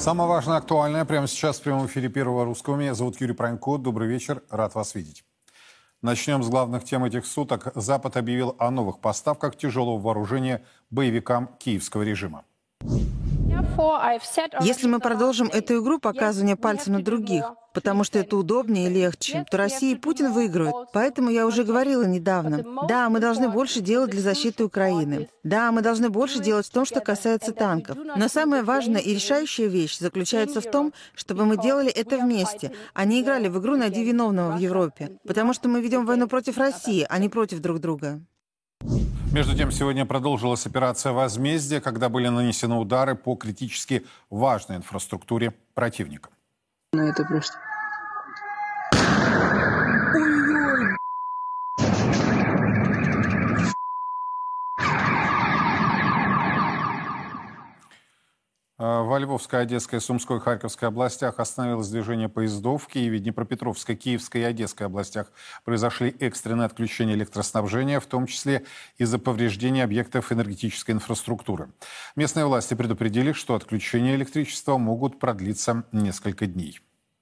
Самое важное, актуальное прямо сейчас в прямом эфире Первого Русского. Меня зовут Юрий Пронько. Добрый вечер. Рад вас видеть. Начнем с главных тем этих суток. Запад объявил о новых поставках тяжелого вооружения боевикам киевского режима. Если мы продолжим эту игру показывания пальцем на других, потому что это удобнее и легче, то Россия и Путин выиграют. Поэтому я уже говорила недавно. Да, мы должны больше делать для защиты Украины. Да, мы должны больше делать в том, что касается танков. Но самая важная и решающая вещь заключается в том, чтобы мы делали это вместе, а не играли в игру «Найди виновного» в Европе. Потому что мы ведем войну против России, а не против друг друга. Между тем, сегодня продолжилась операция «Возмездие», когда были нанесены удары по критически важной инфраструктуре противника. Это просто... Во Львовской, Одесской, Сумской, Харьковской областях остановилось движение поездов. В Киеве, Днепропетровской, Киевской и Одесской областях произошли экстренные отключения электроснабжения, в том числе из-за повреждения объектов энергетической инфраструктуры. Местные власти предупредили, что отключения электричества могут продлиться несколько дней.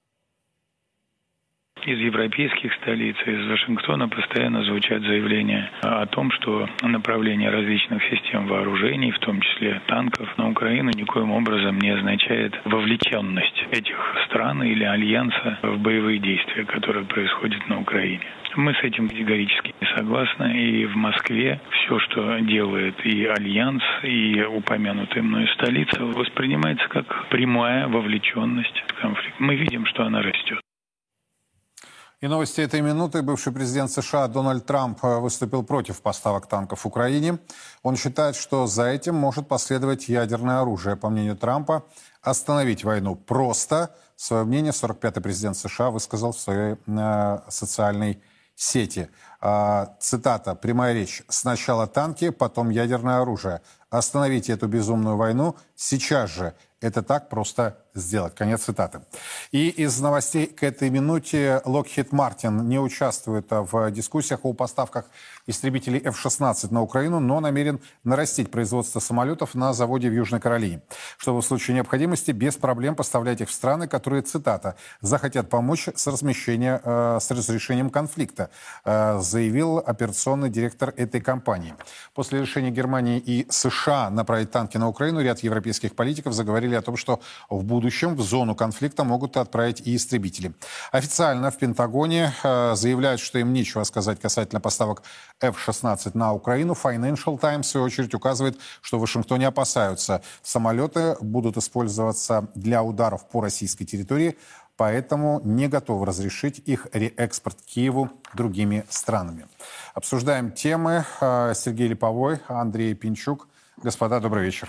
Из европейских столиц, из Вашингтона постоянно звучат заявления о том, что направление различных систем вооружений, в том числе танков, на Украину никоим образом не означает вовлеченность этих стран или альянса в боевые действия, которые происходят на Украине. Мы с этим категорически не согласны, и в Москве все, что делает и Альянс, и упомянутая мною столица, воспринимается как прямая вовлеченность в конфликт. Мы видим, что она растет. И новости этой минуты. Бывший президент США Дональд Трамп выступил против поставок танков Украине. Он считает, что за этим может последовать ядерное оружие. По мнению Трампа, остановить войну просто. Свое мнение 45-й президент США высказал в своей социальной сети. Цитата, прямая речь. «Сначала танки, потом ядерное оружие. Остановите эту безумную войну сейчас же. Это так просто сделать». Конец цитаты. И из новостей к этой минуте Lockheed Martin не участвует в дискуссиях о поставках истребителей F-16 на Украину, но намерен нарастить производство самолетов на заводе в Южной Каролине, чтобы в случае необходимости без проблем поставлять их в страны, которые, цитата, захотят помочь с разрешением конфликта, заявил операционный директор этой компании. После решения Германии и США направить танки на Украину, ряд европейских политиков заговорили о том, что в будущем в зону конфликта могут отправить и истребители. Официально в Пентагоне заявляют, что им нечего сказать касательно поставок F-16 на Украину. Financial Times, в свою очередь, указывает, что в Вашингтоне опасаются, самолеты будут использоваться для ударов по российской территории, поэтому не готовы разрешить их реэкспорт к Киеву другими странами. Обсуждаем темы. Сергей Липовой, Андрей Пинчук. Господа, добрый вечер.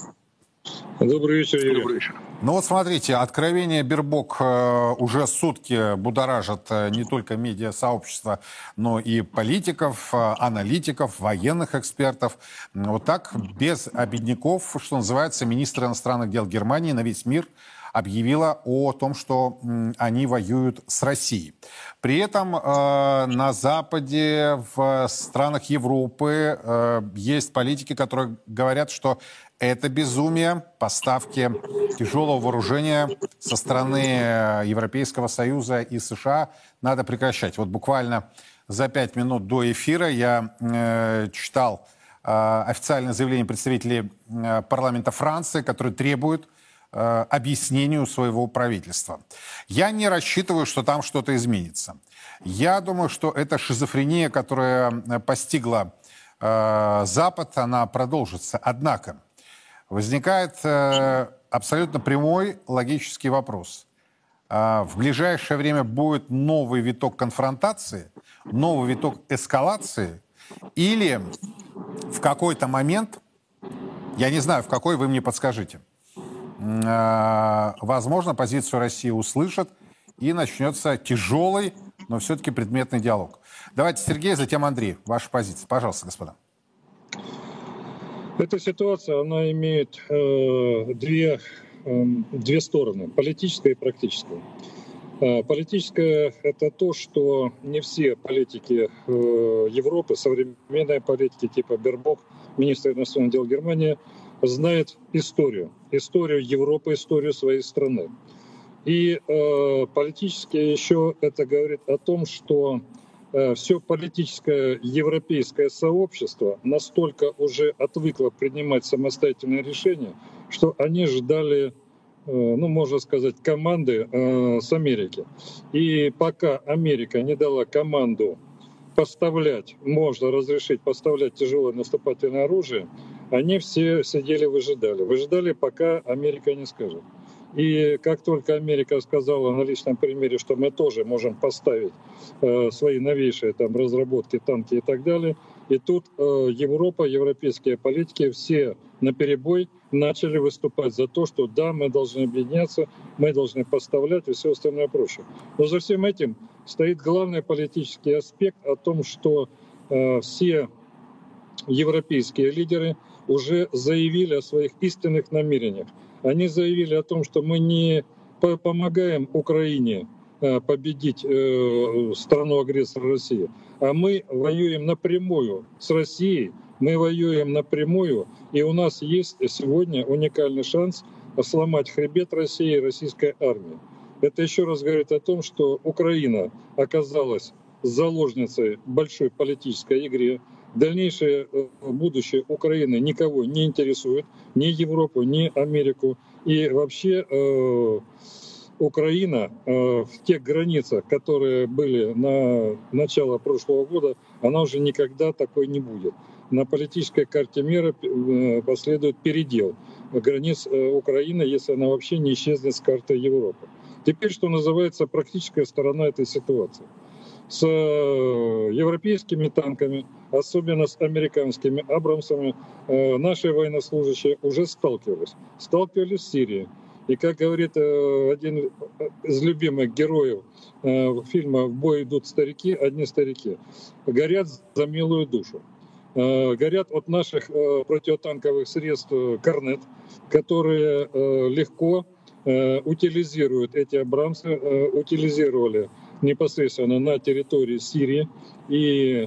Добрый вечер, Юрий. Добрый вечер. Ну вот смотрите, откровение Бербок уже сутки будоражат не только медиасообщество, но и политиков, аналитиков, военных экспертов. Вот так, без обидняков, что называется, министр иностранных дел Германии на весь мир объявила о том, что они воюют с Россией. При этом на Западе, в странах Европы есть политики, которые говорят, что это безумие, поставки тяжелого вооружения со стороны Европейского Союза и США надо прекращать. Вот буквально за 5 минут до эфира я читал официальное заявление представителей парламента Франции, которые требуют объяснению своего правительства. Я не рассчитываю, что там что-то изменится. Я думаю, что эта шизофрения, которая постигла Запад, она продолжится. Однако возникает абсолютно прямой логический вопрос. В ближайшее время будет новый виток конфронтации, новый виток эскалации, или в какой-то момент, я не знаю, в какой, вы мне подскажите, возможно, позицию России услышат, и начнется тяжелый, но все-таки предметный диалог. Давайте Сергей, затем Андрей. Ваша позиция. Пожалуйста, господа. Эта ситуация, она имеет две стороны, политическая и практическая. Политическая — это то, что не все политики Европы, современные политики типа Бербок, министра иностранных дел Германии, знает историю Европы, историю своей страны. И политически еще это говорит о том, что все политическое европейское сообщество настолько уже отвыкло принимать самостоятельные решения, что они ждали, ну, можно сказать, команды с Америки. И пока Америка не дала команду поставлять, можно разрешить поставлять тяжелое наступательное оружие, они все сидели, выжидали, пока Америка не скажет. И как только Америка сказала на личном примере, что мы тоже можем поставить свои новейшие там разработки, танки и так далее, и тут Европа, европейские политики все наперебой начали выступать за то, что да, мы должны объединяться, мы должны поставлять и все остальное прочее. Но за всем этим стоит главный политический аспект о том, что все европейские лидеры уже заявили о своих истинных намерениях. Они заявили о том, что мы не помогаем Украине победить страну-агрессора России, а мы воюем напрямую с Россией, мы воюем напрямую, и у нас есть сегодня уникальный шанс сломать хребет России и российской армии. Это еще раз говорит о том, что Украина оказалась заложницей большой политической игре. Дальнейшее будущее Украины никого не интересует, ни Европу, ни Америку. И вообще Украина в тех границах, которые были на начало прошлого года, она уже никогда такой не будет. На политической карте мира последует передел границ Украины, если она вообще не исчезнет с карты Европы. Теперь, что называется, практическая сторона этой ситуации. С европейскими танками, особенно с американскими Абрамсами, наши военнослужащие уже сталкивались в Сирии. И как говорит один из любимых героев фильма «В бой идут старики, одни старики», горят за милую душу. Горят от наших противотанковых средств «Корнет», которые легко утилизируют эти Абрамсы, утилизировали непосредственно на территории Сирии. И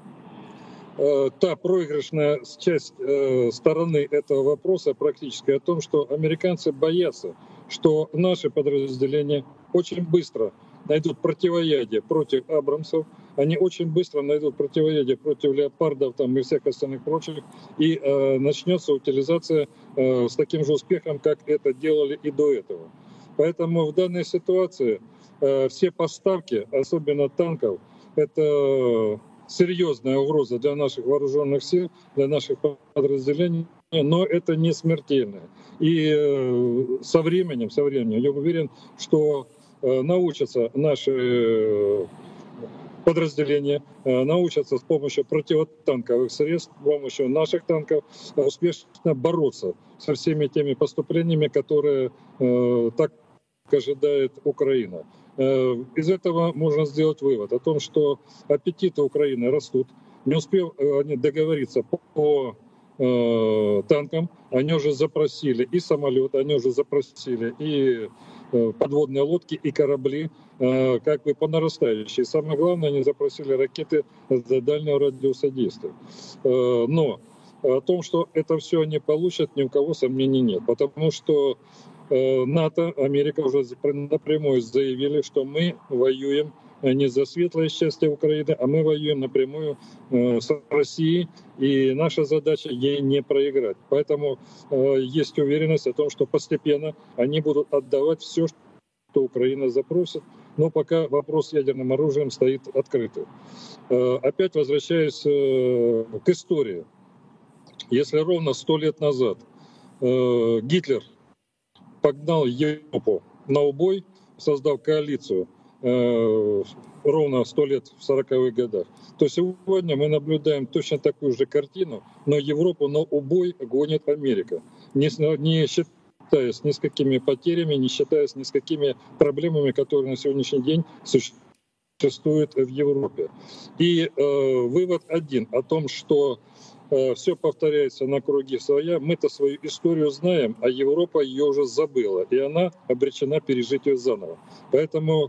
та проигрышная часть стороны этого вопроса практически о том, что американцы боятся, что наши подразделения очень быстро найдут противоядие против Абрамсов, они очень быстро найдут противоядие против леопардов там, и всех остальных прочих, и начнется утилизация с таким же успехом, как это делали и до этого. Поэтому в данной ситуации все поставки, особенно танков, это серьезная угроза для наших вооруженных сил, для наших подразделений, но это не смертельно. И со временем, я уверен, что научатся наши подразделения, научатся с помощью противотанковых средств, с помощью наших танков успешно бороться со всеми теми поступлениями, которые так ожидает Украина. Из этого можно сделать вывод о том, что аппетиты Украины растут. Не успев они договориться по танкам, они уже запросили и самолеты, они уже запросили и подводные лодки, и корабли, как бы по нарастающей. Самое главное, они запросили ракеты для дальнего радиуса действия. Но о том, что это все они получат, ни у кого сомнений нет, потому что НАТО, Америка уже напрямую заявили, что мы воюем не за светлое счастье Украины, а мы воюем напрямую с Россией, и наша задача ей не проиграть. Поэтому есть уверенность о том, что постепенно они будут отдавать все, что Украина запросит, но пока вопрос с ядерным оружием стоит открытый. Опять возвращаясь к истории. Если ровно 100 лет назад Гитлер погнал Европу на убой, создав коалицию ровно 100 лет в 40-х годах, то сегодня мы наблюдаем точно такую же картину, но Европу на убой гонит Америка, не считаясь ни с какими потерями, не считаясь ни с какими проблемами, которые на сегодняшний день существуют в Европе. И вывод один о том, что все повторяется на круги своя. Мы-то свою историю знаем, а Европа ее уже забыла, и она обречена пережить ее заново. Поэтому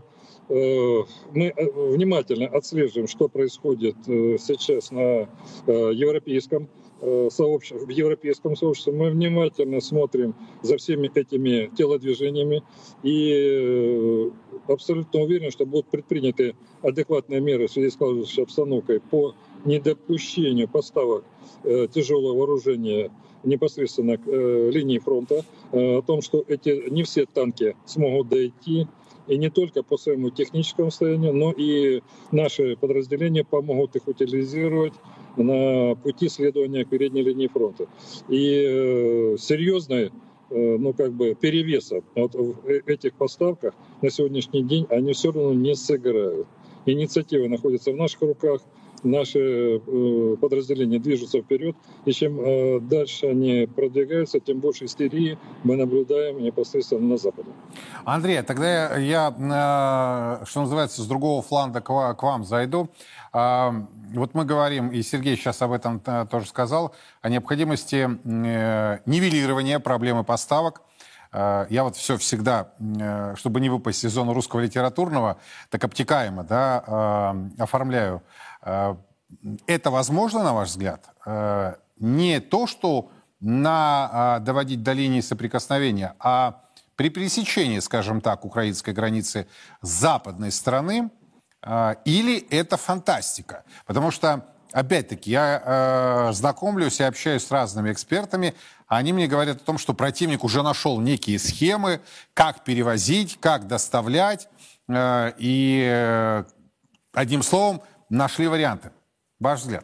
мы внимательно отслеживаем, что происходит сейчас на европейском в европейском сообществе. Мы внимательно смотрим за всеми этими телодвижениями и абсолютно уверен, что будут предприняты адекватные меры в связи с складывающейся обстановкой по недопущению поставок тяжелого вооружения непосредственно к линии фронта, о том, что не все танки смогут дойти, и не только по своему техническому состоянию, но и наши подразделения помогут их утилизировать на пути следования к передней линии фронта. И серьезной перевеса вот в этих поставках на сегодняшний день они все равно не сыграют. Инициатива находится в наших руках, наши подразделения движутся вперед, и чем дальше они продвигаются, тем больше истерии мы наблюдаем непосредственно на Западе. Андрей, тогда я, что называется, с другого фланга к вам зайду. Вот мы говорим, и Сергей сейчас об этом тоже сказал, о необходимости нивелирования проблемы поставок. Я вот все всегда, чтобы не выпасть из зоны русского литературного, так обтекаемо, оформляю. Это возможно, на ваш взгляд? Не то, что доводить до линии соприкосновения, а при пересечении, скажем так, украинской границы с западной стороны, или это фантастика? Потому что, опять-таки, я знакомлюсь и общаюсь с разными экспертами, они мне говорят о том, что противник уже нашел некие схемы, как перевозить, как доставлять, и, одним словом, нашли варианты. Ваш взгляд?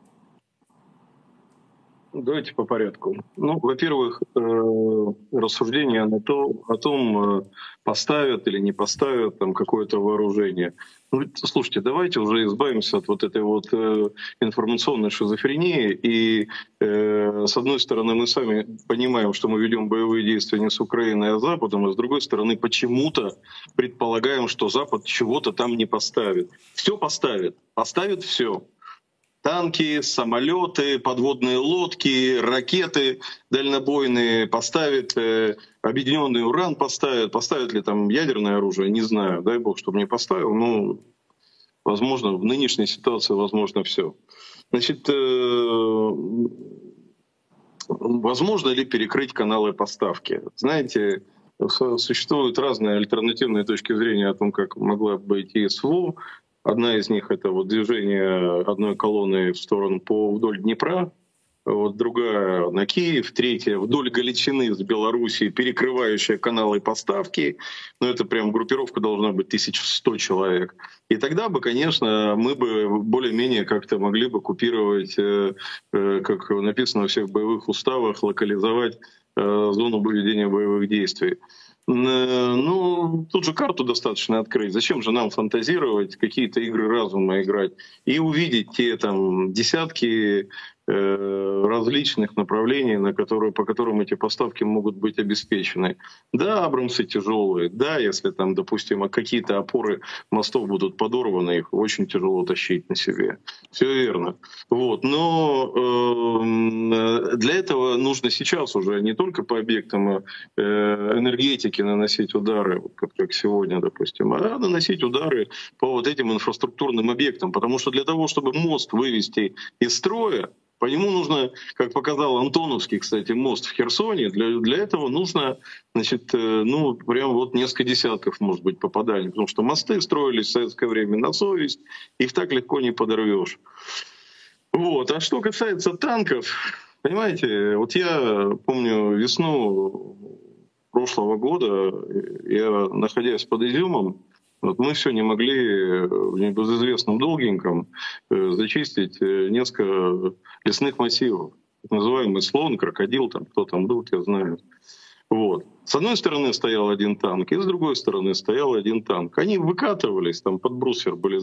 Давайте по порядку. Во-первых, рассуждения о том, поставят или не поставят там какое-то вооружение. Слушайте, давайте уже избавимся от вот этой вот информационной шизофрении. И с одной стороны, мы сами понимаем, что мы ведем боевые действия не с Украиной, а с Западом, а с другой стороны, почему-то предполагаем, что Запад чего-то там не поставит. Все поставит. Поставит все. Танки, самолеты, подводные лодки, ракеты дальнобойные поставят, объединенный уран поставят. Поставят ли там ядерное оружие, не знаю. Дай бог, чтобы не поставил. Но, возможно, в нынешней ситуации возможно все. Значит, возможно ли перекрыть каналы поставки? Знаете, существуют разные альтернативные точки зрения о том, как могла бы идти СВО. Одна из них — это вот движение одной колонны в сторону вдоль Днепра, вот другая на Киев, третья вдоль Галичины с Белоруссией, перекрывающая каналы поставки. Это прям группировка должна быть 1100 человек. И тогда бы, конечно, мы бы более-менее как-то могли бы купировать, как написано во всех боевых уставах, локализовать зону ведения боевых действий. Тут же карту достаточно открыть. Зачем же нам фантазировать, какие-то игры разума играть и увидеть те там десятки различных направлений, по которым эти поставки могут быть обеспечены. Да, Абрамсы тяжелые, да, если там, допустим, какие-то опоры мостов будут подорваны, их очень тяжело тащить на себе. Все верно. Вот. Но для этого нужно сейчас уже не только по объектам энергетики наносить удары, как сегодня, допустим, а наносить удары по вот этим инфраструктурным объектам. Потому что для того, чтобы мост вывести из строя, по нему нужно, как показал Антоновский, кстати, мост в Херсоне, для этого нужно, прям вот несколько десятков, может быть, попаданий. Потому что мосты строились в советское время на совесть, их так легко не подорвешь. Вот. А что касается танков, понимаете, вот я помню весну прошлого года, я, находясь под Изюмом, мы все не могли в небезызвестном Долгеньком зачистить несколько лесных массивов. Так называемый Слон, Крокодил, кто там был, те знают. Вот. С одной стороны стоял один танк, и с другой стороны стоял один танк. Они выкатывались, там под бруствер были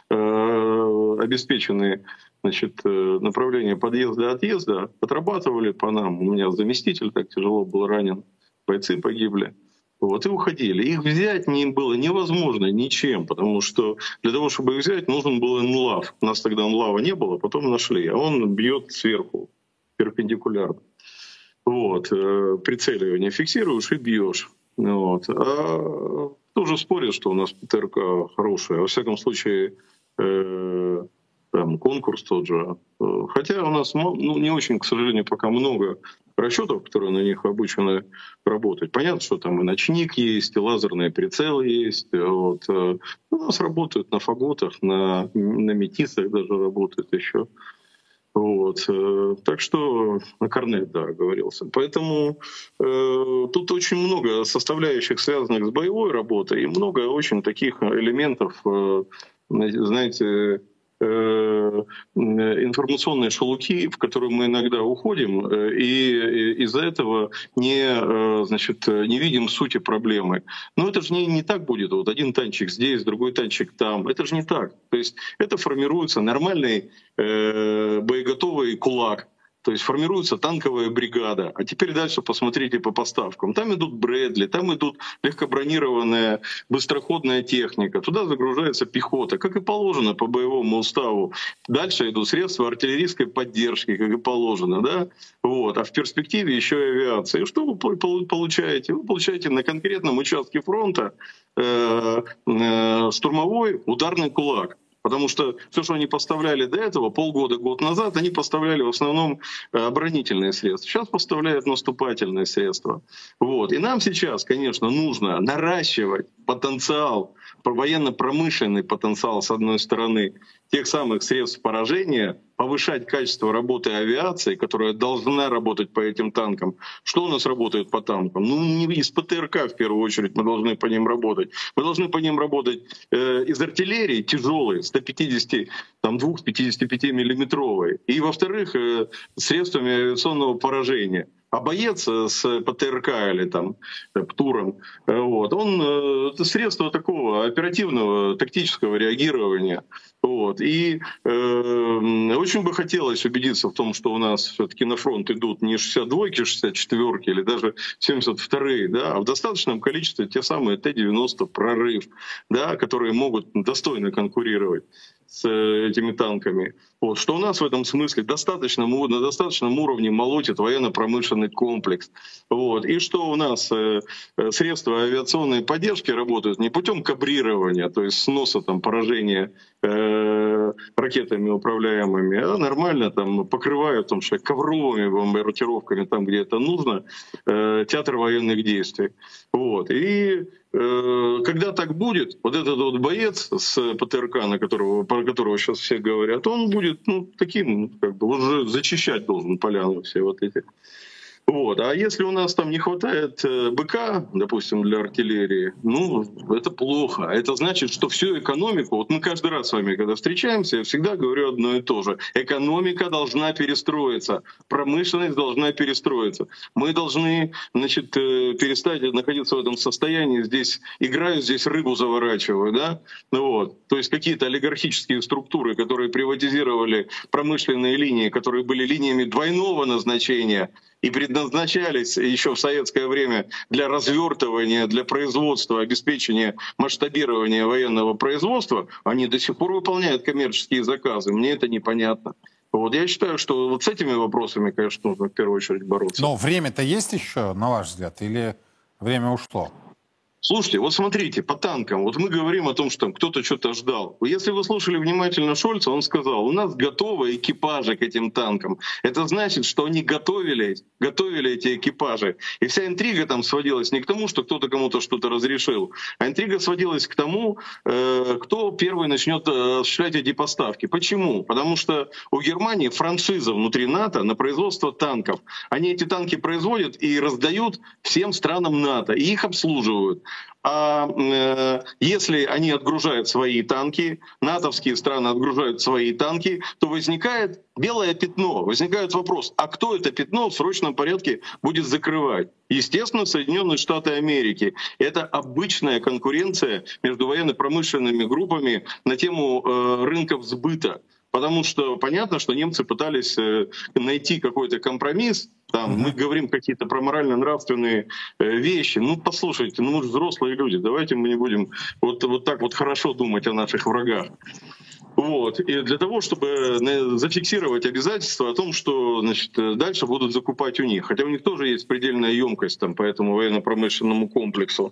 обеспечены направления подъезда-отъезда, отрабатывали по нам. У меня заместитель так тяжело был ранен, бойцы погибли. Вот, и уходили. Их взять было невозможно ничем, потому что для того, чтобы их взять, нужен был НЛАВ. У нас тогда НЛАВа не было, потом нашли. А он бьет сверху, перпендикулярно. Вот, прицеливание фиксируешь и бьешь. Вот. А тоже спорят, что у нас ПТРК хорошая. Во всяком случае, там, конкурс тот же. Хотя у нас не очень, к сожалению, пока много расчетов, которые на них обучены работать. Понятно, что там и ночник есть, и лазерные прицелы есть. Вот. У нас работают на фаготах, на метисах даже работают еще. Вот. Так что на корнет, да, говорился. Поэтому тут очень много составляющих, связанных с боевой работой, и много очень таких элементов, знаете, информационные шелухи, в которые мы иногда уходим, и из-за этого не видим сути проблемы. Но это же не так будет. Вот один танчик здесь, другой танчик там. Это же не так. То есть это формируется нормальный боеготовый кулак. То есть формируется танковая бригада. А теперь дальше посмотрите по поставкам. Там идут Брэдли, там идут легкобронированная быстроходная техника. Туда загружается пехота, как и положено по боевому уставу. Дальше идут средства артиллерийской поддержки, как и положено. Да? Вот. А в перспективе еще и авиация. И что вы получаете? Вы получаете на конкретном участке фронта штурмовой ударный кулак. Потому что все, что они поставляли до этого, год назад, они поставляли в основном оборонительные средства. Сейчас поставляют наступательные средства. Вот. И нам сейчас, конечно, нужно наращивать потенциал, военно-промышленный потенциал, с одной стороны, тех самых средств поражения, повышать качество работы авиации, которая должна работать по этим танкам. Что у нас работает по танкам? Не из ПТРК, в первую очередь, мы должны по ним работать. Мы должны по ним работать из артиллерии тяжелой, 152-55 миллиметровой. И, во-вторых, средствами авиационного поражения. А боец с ПТРК или там ПТУРом, вот, он это средство такого оперативного тактического реагирования. Вот. И очень бы хотелось убедиться в том, что у нас все-таки на фронт идут не 62-ки, 64-ки или даже 72-е, да, а в достаточном количестве те самые Т-90 «Прорыв», да, которые могут достойно конкурировать с этими танками. Вот. Что у нас в этом смысле на достаточном уровне молотит военно-промышленный комплекс. Вот. И что у нас средства авиационной поддержки работают не путем кабрирования, то есть сноса, там, поражения ракетами управляемыми, а нормально там покрывают ковровыми бомбардировками там, где это нужно, театр военных действий. Вот. И когда так будет, вот этот вот боец с ПТРК, про которого сейчас все говорят, он будет таким, он же зачищать должен поляну все вот эти. Вот. А если у нас там не хватает БК, допустим, для артиллерии, это плохо. Это значит, что всю экономику, вот мы каждый раз с вами, когда встречаемся, я всегда говорю одно и то же. Экономика должна перестроиться, промышленность должна перестроиться. Мы должны, перестать находиться в этом состоянии, здесь играю, здесь рыбу заворачиваю, да? Вот. То есть какие-то олигархические структуры, которые приватизировали промышленные линии, которые были линиями двойного назначения, и предназначались еще в советское время для развертывания, для производства, обеспечения масштабирования военного производства, они до сих пор выполняют коммерческие заказы. Мне это непонятно. Вот я считаю, что вот с этими вопросами, конечно, нужно в первую очередь бороться. Но время-то есть еще, на ваш взгляд, или время ушло? Слушайте, вот смотрите, по танкам, вот мы говорим о том, что там кто-то что-то ждал. Если вы слушали внимательно Шольца, он сказал, у нас готовы экипажи к этим танкам. Это значит, что они готовили эти экипажи. И вся интрига там сводилась не к тому, что кто-то кому-то что-то разрешил, а интрига сводилась к тому, кто первый начнет осуществлять эти поставки. Почему? Потому что у Германии франшиза внутри НАТО на производство танков. Они эти танки производят и раздают всем странам НАТО, и их обслуживают. А если они отгружают свои танки, натовские страны отгружают свои танки, то возникает белое пятно, возникает вопрос, а кто это пятно в срочном порядке будет закрывать? Естественно, Соединенные Штаты Америки. Это обычная конкуренция между военно-промышленными группами на тему рынков сбыта. Потому что понятно, что немцы пытались найти какой-то компромисс. Там, мы говорим какие-то про морально-нравственные вещи. Послушайте, мы же взрослые люди. Давайте мы не будем вот так вот хорошо думать о наших врагах. Вот. И для того, чтобы зафиксировать обязательства о том, что, значит, дальше будут закупать у них. Хотя у них тоже есть предельная емкость там, по этому военно-промышленному комплексу.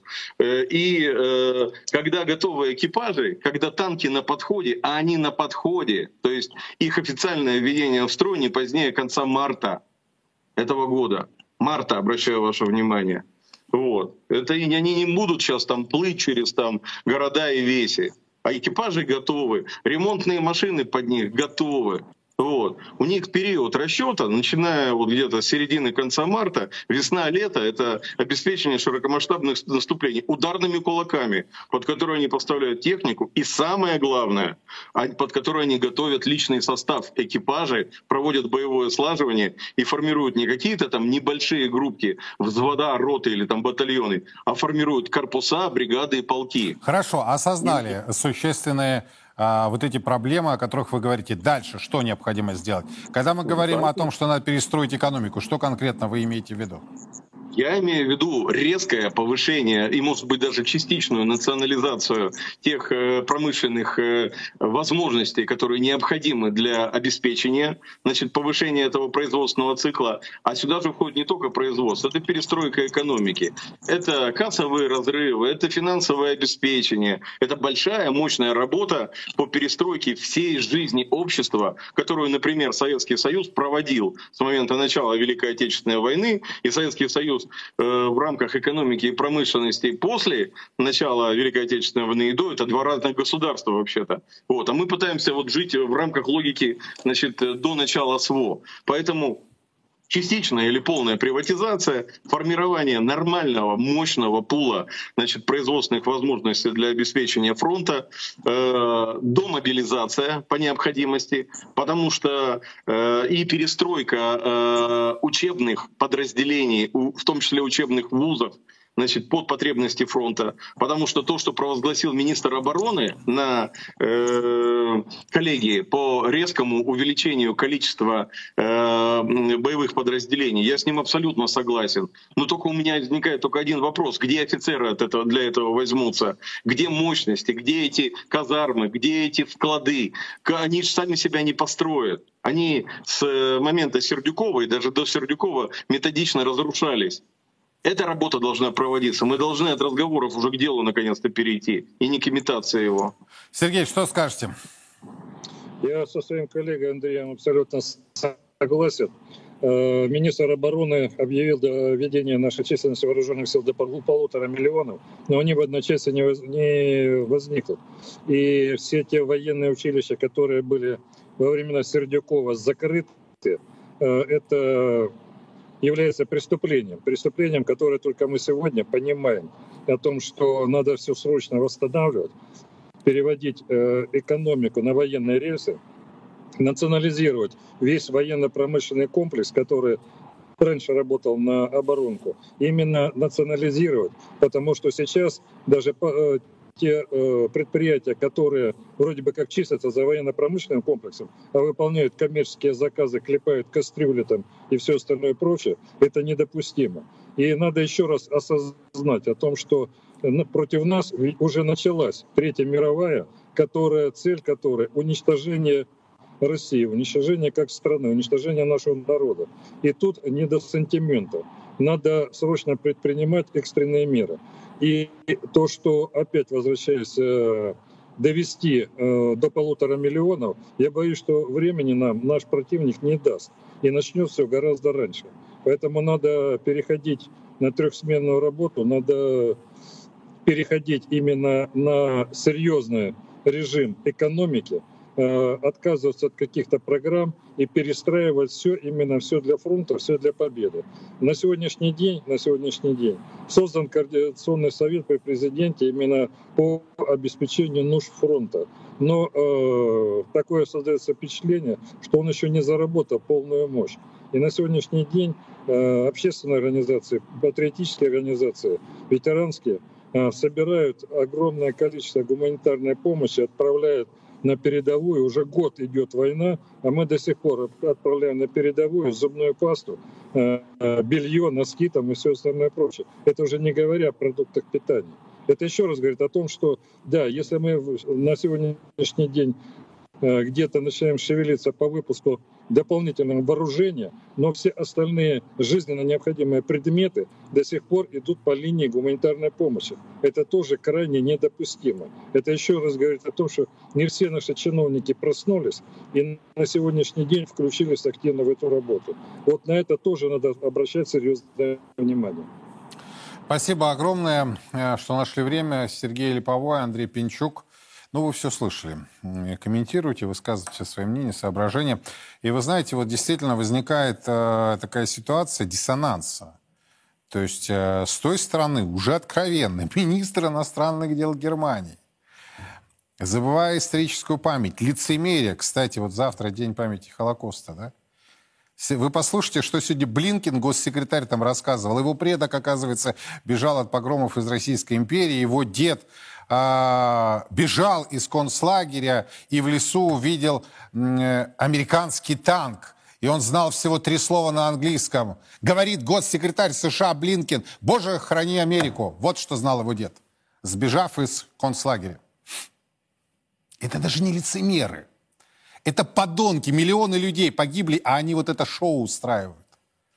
И когда готовы экипажи, когда танки на подходе, а они на подходе, то есть их официальное введение в строй не позднее конца марта этого года. Марта, обращаю ваше внимание. Вот. Это они не будут сейчас там плыть через там города и веси. А экипажи готовы, ремонтные машины под них готовы. Вот. У них период расчета, начиная вот где-то с середины конца марта, весна-лето, это обеспечение широкомасштабных наступлений ударными кулаками, под которые они поставляют технику, и самое главное, под которые они готовят личный состав. Экипажи проводят боевое слаживание и формируют не какие-то там небольшие группки, взвода, роты или там батальоны, а формируют корпуса, бригады и полки. Хорошо, осознали существенные вот эти проблемы, о которых вы говорите. Дальше что необходимо сделать? Когда мы говорим о том, что надо перестроить экономику, что конкретно вы имеете в виду? Я имею в виду резкое повышение и, может быть, даже частичную национализацию тех промышленных возможностей, которые необходимы для обеспечения, значит, повышения этого производственного цикла. А сюда же входит не только производство, это перестройка экономики, это кассовые разрывы, это финансовое обеспечение, это большая, мощная работа по перестройке всей жизни общества, которую, например, Советский Союз проводил с момента начала Великой Отечественной войны, и Советский Союз в рамках экономики и промышленности после начала Великой Отечественной войны и до — это два разных государства вообще-то. Вот. А мы пытаемся вот жить в рамках логики, значит, до начала СВО. Поэтому частичная или полная приватизация, формирование нормального, мощного пула, значит, производственных возможностей для обеспечения фронта, домобилизация по необходимости, потому что и перестройка учебных подразделений, в том числе учебных вузов, значит, под потребности фронта. Потому что то, что провозгласил министр обороны на коллегии по резкому увеличению количества боевых подразделений, я с ним абсолютно согласен. Но только у меня возникает только один вопрос. Где офицеры для этого возьмутся? Где мощности? Где эти казармы? Где эти вклады? Они же сами себя не построят. Они с момента Сердюкова и даже до Сердюкова методично разрушались. Эта работа должна проводиться. Мы должны от разговоров уже к делу наконец-то перейти, и не к имитации его. Сергей, что скажете? Я со своим коллегой Андреем абсолютно согласен. Министр обороны объявил введение нашей численности вооруженных сил до 1,5 миллиона, но они в одночасье не возникнут. И все те военные училища, которые были во времена Сердюкова закрыты, это является преступлением, которое только мы сегодня понимаем, о том, что надо все срочно восстанавливать, переводить экономику на военные рельсы, национализировать весь военно-промышленный комплекс, который раньше работал на оборонку, именно национализировать, потому что сейчас даже те предприятия, которые вроде бы как числятся за военно-промышленным комплексом, а выполняют коммерческие заказы, клепают кастрюли там и все остальное прочее, это недопустимо. И надо еще раз осознать о том, что против нас уже началась Третья мировая, цель которой уничтожение России, уничтожение как страны, уничтожение нашего народа. И тут не до сантимента. Надо срочно предпринимать экстренные меры. И то, что опять возвращаясь, довести до 1,5 миллиона, я боюсь, что времени нам наш противник не даст. И начнет все гораздо раньше. Поэтому надо переходить на трехсменную работу, надо переходить именно на серьезный режим экономики, отказываться от каких-то программ и перестраивать все для фронта, все для победы. На сегодняшний день создан координационный совет при президенте именно по обеспечению нужд фронта. Но такое создается впечатление, что он еще не заработал полную мощь. И на сегодняшний день общественные организации, патриотические организации, ветеранские собирают огромное количество гуманитарной помощи, отправляют на передовую. Уже год идет война, а мы до сих пор отправляем на передовую зубную пасту, белье, носки там и все остальное прочее. Это уже не говоря о продуктах питания. Это еще раз говорит о том, что да, если мы на сегодняшний день где-то начинаем шевелиться по выпуску дополнительного вооружения, но все остальные жизненно необходимые предметы до сих пор идут по линии гуманитарной помощи. Это тоже крайне недопустимо. Это еще раз говорит о том, что не все наши чиновники проснулись и на сегодняшний день включились активно в эту работу. Вот на это тоже надо обращать серьезное внимание. Спасибо огромное, что нашли время. Сергей Липовой, Андрей Пинчук. Ну, вы все слышали. Комментируйте, высказывайте свои мнения, соображения. И вы знаете, вот действительно возникает такая ситуация диссонанса. То есть с той стороны уже откровенно министр иностранных дел Германии, забывая историческую память, лицемерие, кстати, вот завтра день памяти Холокоста, да? Вы послушайте, что сегодня Блинкен, госсекретарь, там рассказывал. Его предок, оказывается, бежал от погромов из Российской империи. Его дед бежал из концлагеря и в лесу увидел американский танк. И он знал всего 3 слова на английском. Говорит госсекретарь США Блинкен: «Боже, храни Америку». Вот что знал его дед, сбежав из концлагеря. Это даже не лицемеры. Это подонки, миллионы людей погибли, а они вот это шоу устраивают.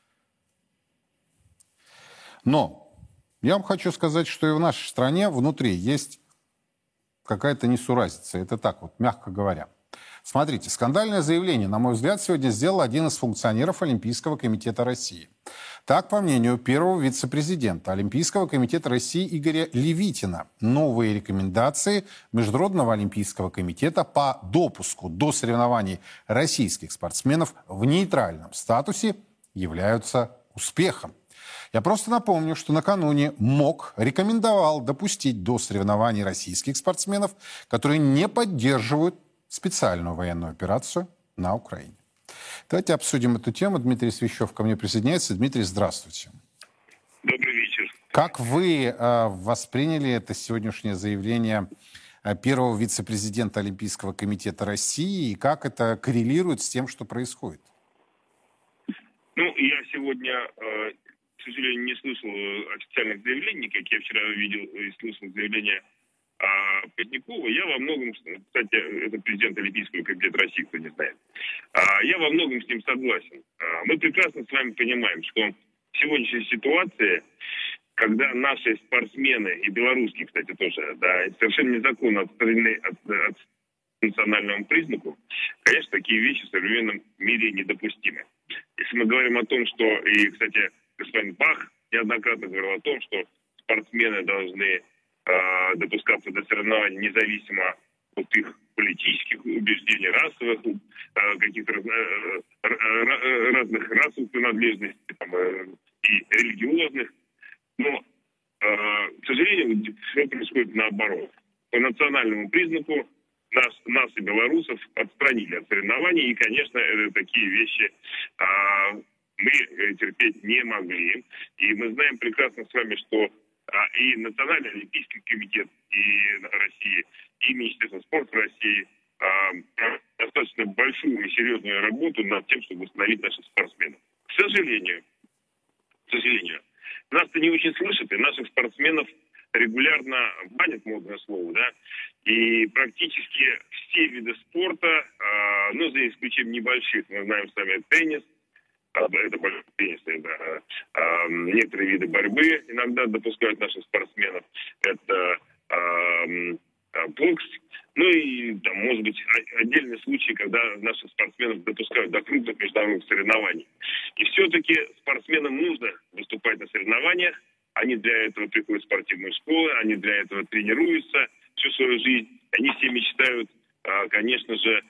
Но я вам хочу сказать, что и в нашей стране внутри есть какая-то несуразица. Это так вот, мягко говоря. Смотрите, скандальное заявление, на мой взгляд, сегодня сделал один из функционеров Олимпийского комитета России. Так, по мнению первого вице-президента Олимпийского комитета России Игоря Левитина, новые рекомендации Международного олимпийского комитета по допуску до соревнований российских спортсменов в нейтральном статусе являются успехом. Я просто напомню, что накануне МОК рекомендовал допустить до соревнований российских спортсменов, которые не поддерживают специальную военную операцию на Украине. Давайте обсудим эту тему. Дмитрий Свящев ко мне присоединяется. Дмитрий, здравствуйте. Добрый вечер. Как вы восприняли это сегодняшнее заявление первого вице-президента Олимпийского комитета России и как это коррелирует с тем, что происходит? Ну, я сегодня, к сожалению, не слышал официальных заявлений, как я вчера видел и слышал заявление Позднякова. Я во многом, кстати, это президент Олимпийского комитета России, кто не знает, я во многом с ним согласен. Мы прекрасно с вами понимаем, что в сегодняшней ситуации, когда наши спортсмены, и белорусские, кстати, тоже, да, совершенно незаконно отстранены от национальному признаку, конечно, такие вещи в современном мире недопустимы. Если мы говорим о том, что, и, кстати, господин Бах неоднократно говорил о том, что спортсмены должны допускаться до соревнований независимо от их политических убеждений, расовых, каких-то разных расовых принадлежностей там, и религиозных. Но, к сожалению, все происходит наоборот. По национальному признаку нас и белорусов отстранили от соревнований, и, конечно, такие вещи мы терпеть не могли. И мы знаем прекрасно с вами, что и Национальный олимпийский комитет и России, и Министерство спорта России достаточно большую и серьезную работу над тем, чтобы восстановить наших спортсменов. К сожалению, нас-то не очень слышат, и наших спортсменов регулярно банят, модное слово, да, и практически все виды спорта, ну, за исключением небольших, мы знаем с вами теннис, это большой теннис, да. Некоторые виды борьбы иногда допускают наших спортсменов. Это бокс. Ну и, там, может быть, отдельные случаи, когда наших спортсменов допускают до крупных международных соревнований. И все-таки спортсменам нужно выступать на соревнованиях. Они для этого приходят в спортивную школу, они для этого тренируются всю свою жизнь. Они все мечтают, конечно же,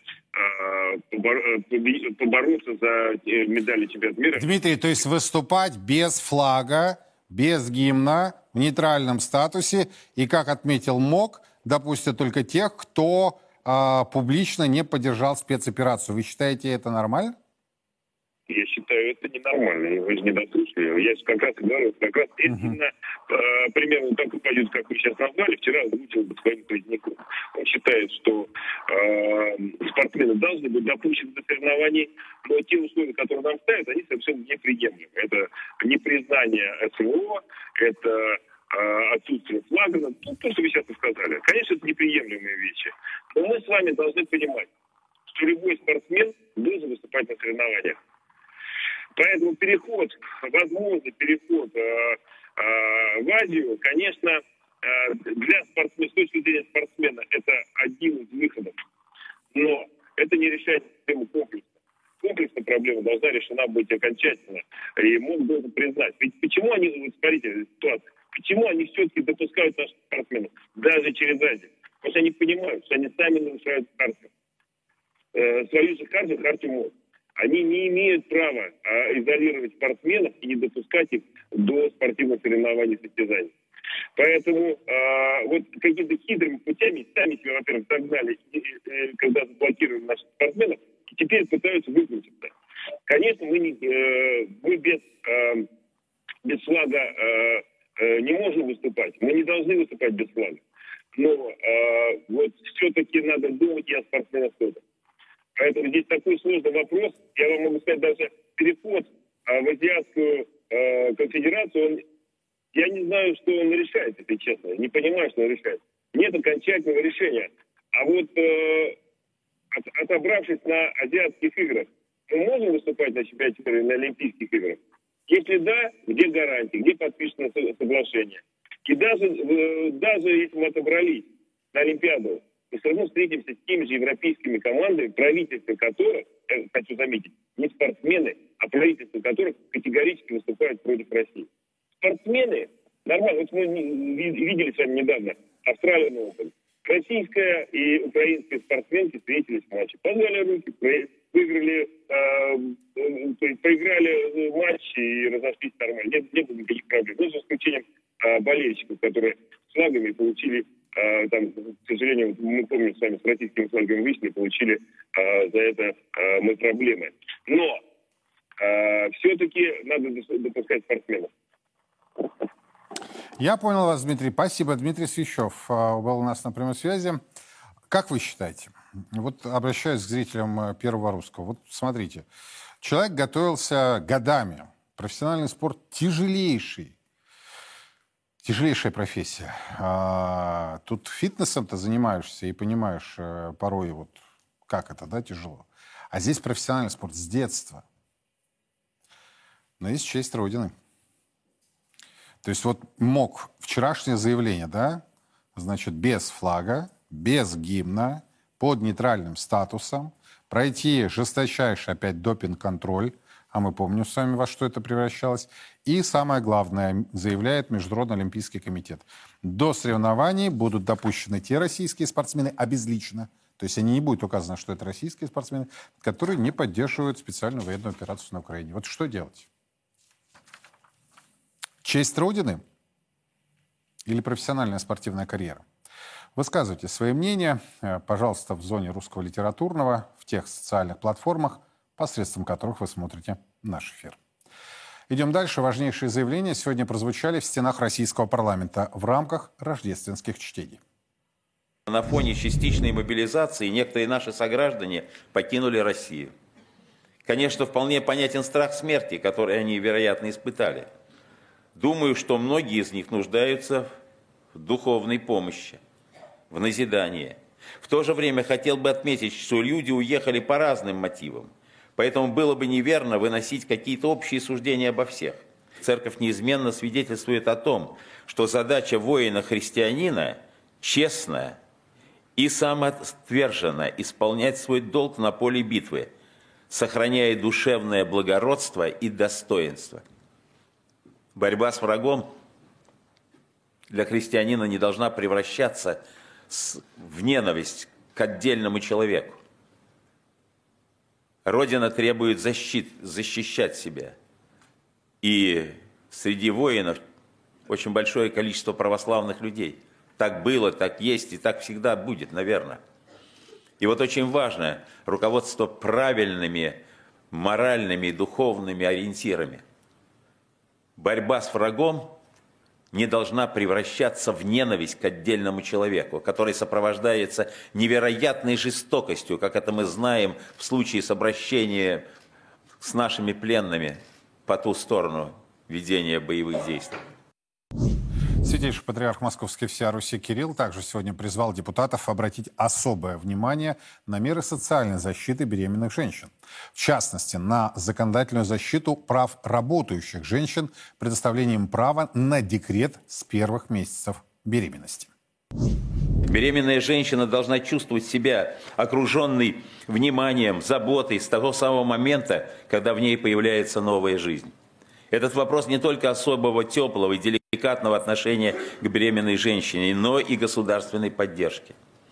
побороться за медали чемпионата мира. Дмитрий, то есть выступать без флага, без гимна, в нейтральном статусе, и, как отметил МОК, допустят только тех, кто публично не поддержал спецоперацию. Вы считаете это нормально? Я считаю, это ненормально. Вы же не дослушали. Я как раз говорю, именно примерно так и пойдет, как вы сейчас назвали. Вчера озвучил господин Поздняков. Он считает, что спортсмены должны быть допущены до соревнований, но те условия, которые нам ставят, они совершенно неприемлемы. Это непризнание СВО, это отсутствие флага. Ну, то, что вы сейчас сказали. Конечно, это неприемлемые вещи. Но мы с вами должны понимать, что любой спортсмен должен выступать на соревнованиях. Поэтому возможный переход в Азию, конечно, для спортсмена, с точки зрения спортсмена, это один из выходов. Но это не решает проблему комплексно. Комплексная проблема должна решена быть окончательно. И МОК должен признать. Ведь почему они, вот смотрите, ситуация, почему они все-таки допускают наших спортсменов, даже через Азию? Потому что они понимают, что они сами нарушают карту. Свою же карту МОК. Они не имеют права изолировать спортсменов и не допускать их до спортивных соревнований и состязаний. Поэтому вот какими-то хитрыми путями сами себя, во-первых, загнали, когда заблокировали наших спортсменов, и теперь пытаются выкрутиться. Конечно, мы без флага не можем выступать. Мы не должны выступать без флага. Но вот все-таки надо думать и о спортсменах тоже. Поэтому здесь такой сложный вопрос. Я вам могу сказать, даже переход в Азиатскую конфедерацию, я не знаю, что он решает, если честно. Не понимаю, что он решает. Нет окончательного решения. А вот отобравшись на азиатских играх, мы можем выступать на чемпионате мира, на Олимпийских играх? Если да, где гарантии, где подписано соглашение? И даже если мы отобрались на Олимпиаду, мы все равно встретимся с теми же европейскими командами, правительства которых, я хочу заметить, не спортсмены, а правительства которых категорически выступают против России. Спортсмены, нормально, вот мы видели с вами недавно Australian Open. Российская и украинские спортсменки встретились в матче. Позвали руки, поиграли матч и разошлись нормально. Не было никаких проблем. Ну, за исключением болельщиков, которые с флагами получили, там, к сожалению, мы помним с вами, с российскими флагами вышли, получили за это мы проблемы. Но все-таки надо допускать спортсменов. Я понял вас, Дмитрий. Спасибо. Дмитрий Свищев был у нас на прямой связи. Как вы считаете? Вот обращаюсь к зрителям Первого Русского. Вот смотрите. Человек готовился годами. Профессиональный спорт тяжелейшая профессия. Тут фитнесом-то занимаешься и понимаешь порой, вот как это, да, тяжело. А здесь профессиональный спорт с детства. Но есть честь Родины. То есть вот МОК, вчерашнее заявление, да, значит, без флага, без гимна, под нейтральным статусом, пройти жесточайший опять допинг-контроль, а мы помним с вами, во что это превращалось, и самое главное, заявляет Международный олимпийский комитет. До соревнований будут допущены те российские спортсмены обезлично, то есть они не будет указано, что это российские спортсмены, которые не поддерживают специальную военную операцию на Украине. Вот что делать? Честь Родины или профессиональная спортивная карьера? Высказывайте свои мнения, пожалуйста, в зоне русского литературного, в тех социальных платформах, посредством которых вы смотрите наш эфир. Идем дальше. Важнейшие заявления сегодня прозвучали в стенах российского парламента в рамках рождественских чтений. На фоне частичной мобилизации некоторые наши сограждане покинули Россию. Конечно, вполне понятен страх смерти, который они, вероятно, испытали. Думаю, что многие из них нуждаются в духовной помощи, в назидании. В то же время хотел бы отметить, что люди уехали по разным мотивам. Поэтому было бы неверно выносить какие-то общие суждения обо всех. Церковь неизменно свидетельствует о том, что задача воина-христианина честно и самоотверженно исполнять свой долг на поле битвы, сохраняя душевное благородство и достоинство. Борьба с врагом для христианина не должна превращаться в ненависть к отдельному человеку. Родина требует защищать себя. И среди воинов очень большое количество православных людей. Так было, так есть и так всегда будет, наверное. И вот очень важно руководство правильными моральными и духовными ориентирами. Борьба с врагом не должна превращаться в ненависть к отдельному человеку, который сопровождается невероятной жестокостью, как это мы знаем в случае с обращением с нашими пленными по ту сторону ведения боевых действий. Святейший патриарх Московский всея Руси Кирилл также сегодня призвал депутатов обратить особое внимание на меры социальной защиты беременных женщин. В частности, на законодательную защиту прав работающих женщин, предоставлением права на декрет с первых месяцев беременности. Беременная женщина должна чувствовать себя окруженной вниманием, заботой с того самого момента, когда в ней появляется новая жизнь. Этот вопрос не только особого теплого и деликатного отношения к беременной женщине, но и государственной поддержки.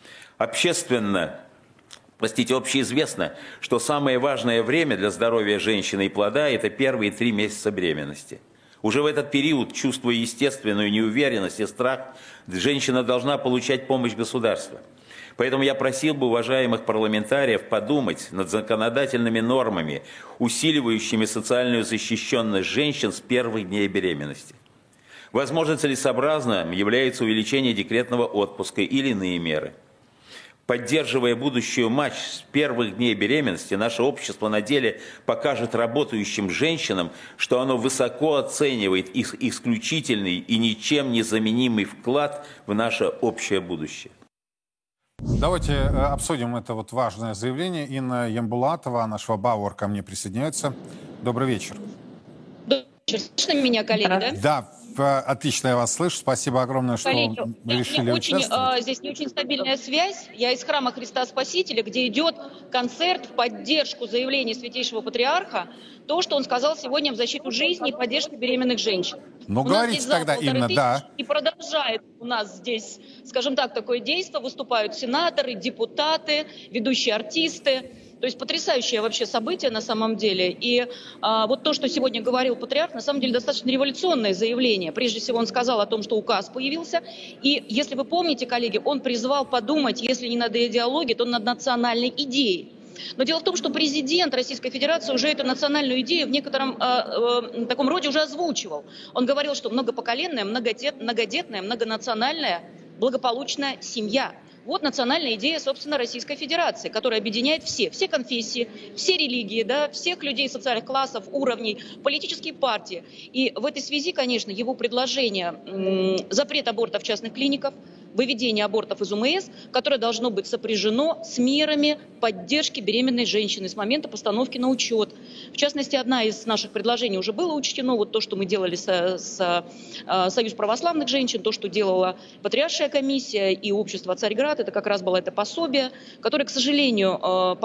Общеизвестно, что самое важное время для здоровья женщины и плода – это первые 3 месяца беременности. Уже в этот период, чувствуя естественную неуверенность и страх, женщина должна получать помощь государства. Поэтому я просил бы уважаемых парламентариев подумать над законодательными нормами, усиливающими социальную защищенность женщин с первых дней беременности. Возможно, целесообразным является увеличение декретного отпуска или иные меры. Поддерживая будущую мать с первых дней беременности, наше общество на деле покажет работающим женщинам, что оно высоко оценивает их исключительный и ничем не заменимый вклад в наше общее будущее. Давайте обсудим это важное заявление. Инна Ямбулатова, наш Швабауэр, ко мне присоединяется. Добрый вечер. Добрый вечер. Слышно меня, коллеги, да? Да, отлично я вас слышу. Спасибо огромное, что коллеги, вы решили участвовать. Здесь не очень стабильная связь. Я из храма Христа Спасителя, где идет концерт в поддержку заявления Святейшего Патриарха, то, что он сказал сегодня в защиту жизни и поддержки беременных женщин. Ну, говорите тогда, Инна, да. И продолжает у нас здесь, скажем так, такое действие. Выступают сенаторы, депутаты, ведущие артисты. То есть потрясающее вообще событие на самом деле. И вот то, что сегодня говорил патриарх, на самом деле достаточно революционное заявление. Прежде всего он сказал о том, что указ появился. И если вы помните, коллеги, он призвал подумать, если не над идеологией, то над национальной идеей. Но дело в том, что президент Российской Федерации уже эту национальную идею в некотором таком роде уже озвучивал. Он говорил, что многопоколенная, многодетная, многонациональная, благополучная семья. Вот национальная идея, собственно, Российской Федерации, которая объединяет все конфессии, все религии, да, всех людей социальных классов, уровней, политические партии. И в этой связи, конечно, его предложение запрет абортов в частных клиниках, выведение абортов из УМС, которое должно быть сопряжено с мерами поддержки беременной женщины с момента постановки на учет. В частности, одна из наших предложений уже было учтено, вот то, что мы делали с Союз православных женщин, то, что делала Патриаршая комиссия и общество Царьград, это как раз было это пособие, которое, к сожалению,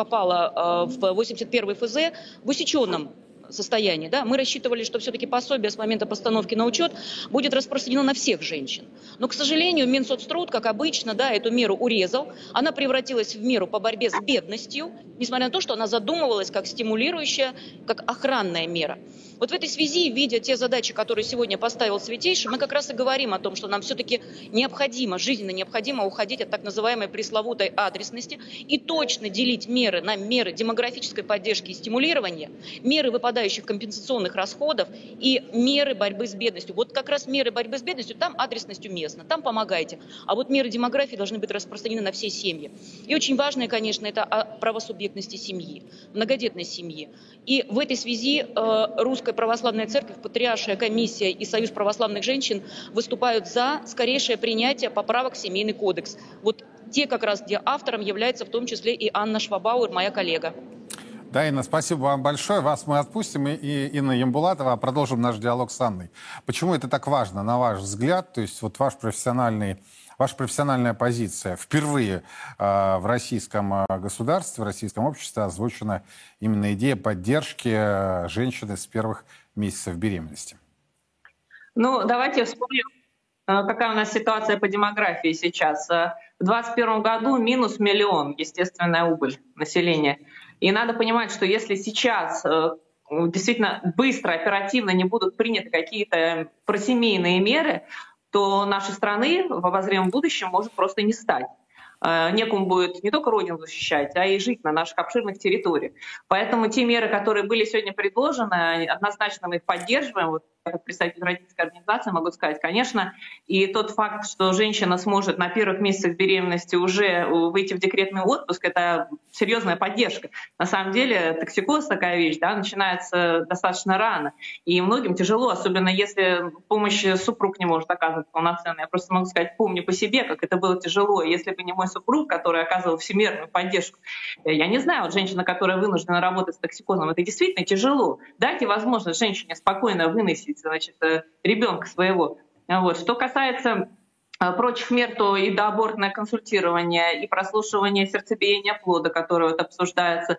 попало в 81 ФЗ в усеченном состоянии. Да? Мы рассчитывали, что все-таки пособие с момента постановки на учет будет распространено на всех женщин. Но, к сожалению, Минсоцтруд, как обычно, да, эту меру урезал. Она превратилась в меру по борьбе с бедностью, несмотря на то, что она задумывалась как стимулирующая, как охранная мера. Вот в этой связи, видя те задачи, которые сегодня поставил Святейший, мы как раз и говорим о том, что нам все-таки необходимо, жизненно необходимо уходить от так называемой пресловутой адресности и точно делить меры на меры демографической поддержки и стимулирования, меры выпадающих компенсационных расходов и меры борьбы с бедностью. Вот как раз меры борьбы с бедностью, там адресность уместна, там помогайте. А вот меры демографии должны быть распространены на все семьи. И очень важное, конечно, это о правосубъектности семьи, многодетной семьи. И в этой связи Русская Православная Церковь, Патриаршая комиссия и Союз православных женщин выступают за скорейшее принятие поправок в Семейный кодекс. Вот те как раз, где автором является в том числе и Анна Швабауэр, моя коллега. Да, Инна, спасибо вам большое. Вас мы отпустим. И Инна Ямбулатова, продолжим наш диалог с Анной. Почему это так важно, на ваш взгляд? То есть вот ваша профессиональная позиция. Впервые в российском государстве, в российском обществе озвучена именно идея поддержки женщины с первых месяцев беременности. Ну, давайте вспомним, какая у нас ситуация по демографии сейчас. В 2021 году минус 1 миллион естественная убыль населения. И надо понимать, что если сейчас действительно быстро, оперативно не будут приняты какие-то просемейные меры, то нашей страны в обозримом будущем может просто не стать. Некому будет не только родину защищать, а и жить на наших обширных территориях. Поэтому те меры, которые были сегодня предложены, однозначно мы их поддерживаем. Вот как представитель родительской организации могу сказать, конечно, и тот факт, что женщина сможет на первых месяцах беременности уже выйти в декретный отпуск, это серьезная поддержка. На самом деле токсикоз такая вещь, да, начинается достаточно рано, и многим тяжело, особенно если помощь супруг не может оказывать полноценно. Я просто могу сказать, помню по себе, как это было тяжело. Если бы не мой супруг, который оказывал всемирную поддержку, я не знаю, вот женщина, которая вынуждена работать с токсикозом, это действительно тяжело. Дайте возможность женщине спокойно выносить, значит, ребенка своего. Вот. Что касается прочих мер, то и доабортное консультирование, и прослушивание сердцебиения плода, которое вот обсуждается,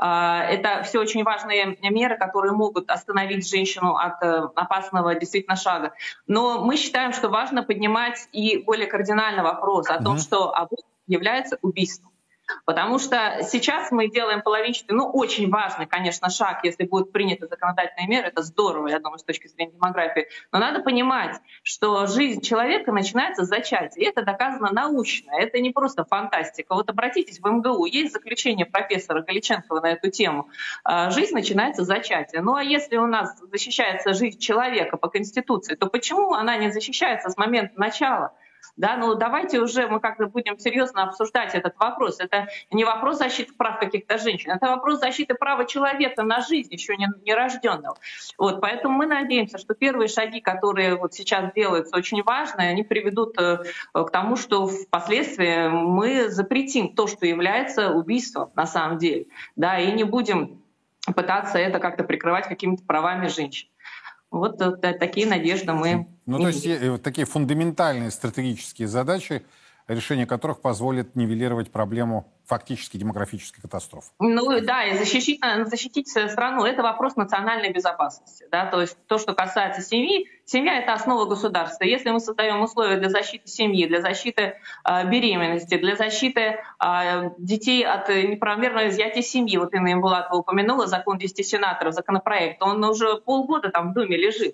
это все очень важные меры, которые могут остановить женщину от опасного действительно шага. Но мы считаем, что важно поднимать и более кардинальный вопрос о том, что аборт является убийством. Потому что сейчас мы делаем половинчатый, очень важный, конечно, шаг, если будут приняты законодательные меры, это здорово, я думаю, с точки зрения демографии. Но надо понимать, что жизнь человека начинается с зачатия. И это доказано научно, это не просто фантастика. Вот обратитесь в МГУ, есть заключение профессора Галиченкова на эту тему. Жизнь начинается с зачатия. Ну а если у нас защищается жизнь человека по Конституции, то почему она не защищается с момента начала? Да, давайте уже мы как-то будем серьезно обсуждать этот вопрос. Это не вопрос защиты прав каких-то женщин, это вопрос защиты права человека на жизнь, еще не рожденного. Вот, поэтому мы надеемся, что первые шаги, которые вот сейчас делаются, очень важные, они приведут к тому, что впоследствии мы запретим то, что является убийством на самом деле, да, и не будем пытаться это как-то прикрывать какими-то правами женщин. Вот такие надежды мы... то есть такие фундаментальные стратегические задачи, решение которых позволит нивелировать проблему фактически демографической катастрофы. Да, и защитить страну — это вопрос национальной безопасности. Да? То есть то, что касается семьи, семья — это основа государства. Если мы создаем условия для защиты семьи, для защиты беременности, для защиты детей от неправомерного изъятия семьи, вот Инна Имбулатова упомянула закон 10 сенаторов, законопроект, он уже полгода там в Думе лежит.